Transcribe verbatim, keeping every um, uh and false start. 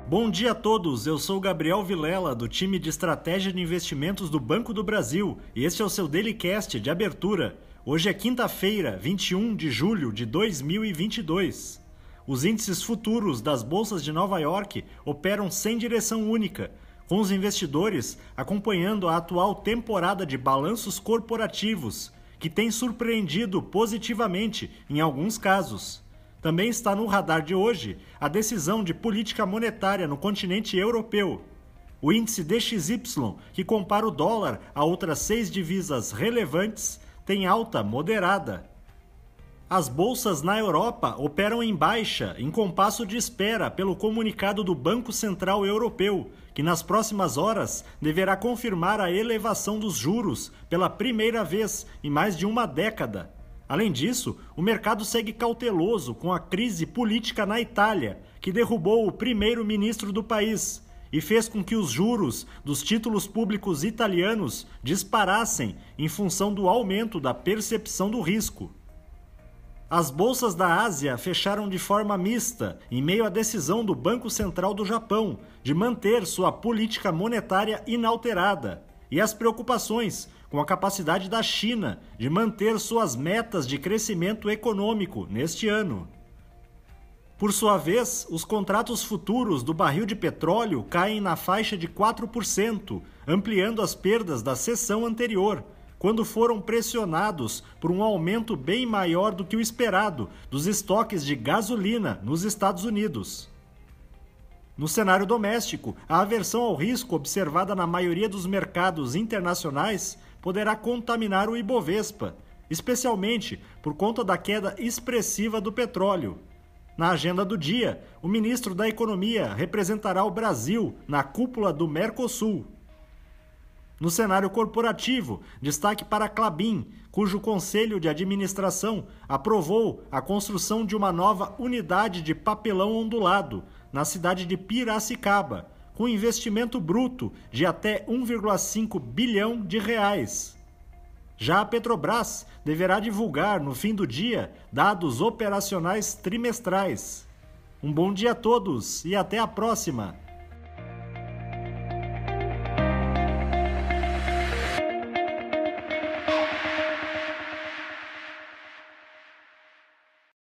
Bom dia a todos, eu sou Gabriel Vilela, do time de Estratégia de Investimentos do Banco do Brasil, e este é o seu Dailycast de abertura. Hoje é quinta-feira, vinte e um de julho de dois mil e vinte e dois. Os índices futuros das bolsas de Nova York operam sem direção única, com os investidores acompanhando a atual temporada de balanços corporativos, que tem surpreendido positivamente em alguns casos. Também está no radar de hoje a decisão de política monetária no continente europeu. O índice D X Y, que compara o dólar a outras seis divisas relevantes, tem alta moderada. As bolsas na Europa operam em baixa, em compasso de espera pelo comunicado do Banco Central Europeu, que nas próximas horas deverá confirmar a elevação dos juros pela primeira vez em mais de uma década. Além disso, o mercado segue cauteloso com a crise política na Itália, que derrubou o primeiro-ministro do país e fez com que os juros dos títulos públicos italianos disparassem em função do aumento da percepção do risco. As bolsas da Ásia fecharam de forma mista em meio à decisão do Banco Central do Japão de manter sua política monetária inalterada e as preocupações com a capacidade da China de manter suas metas de crescimento econômico neste ano. Por sua vez, os contratos futuros do barril de petróleo caem na faixa de quatro por cento, ampliando as perdas da sessão anterior, quando foram pressionados por um aumento bem maior do que o esperado dos estoques de gasolina nos Estados Unidos. No cenário doméstico, a aversão ao risco observada na maioria dos mercados internacionais poderá contaminar o Ibovespa, especialmente por conta da queda expressiva do petróleo. Na agenda do dia, o ministro da Economia representará o Brasil na cúpula do Mercosul. No cenário corporativo, destaque para a Klabin, cujo Conselho de Administração aprovou a construção de uma nova unidade de papelão ondulado na cidade de Piracicaba, com investimento bruto de até um vírgula cinco bilhão de reais. Já a Petrobras deverá divulgar no fim do dia dados operacionais trimestrais. Um bom dia a todos e até a próxima!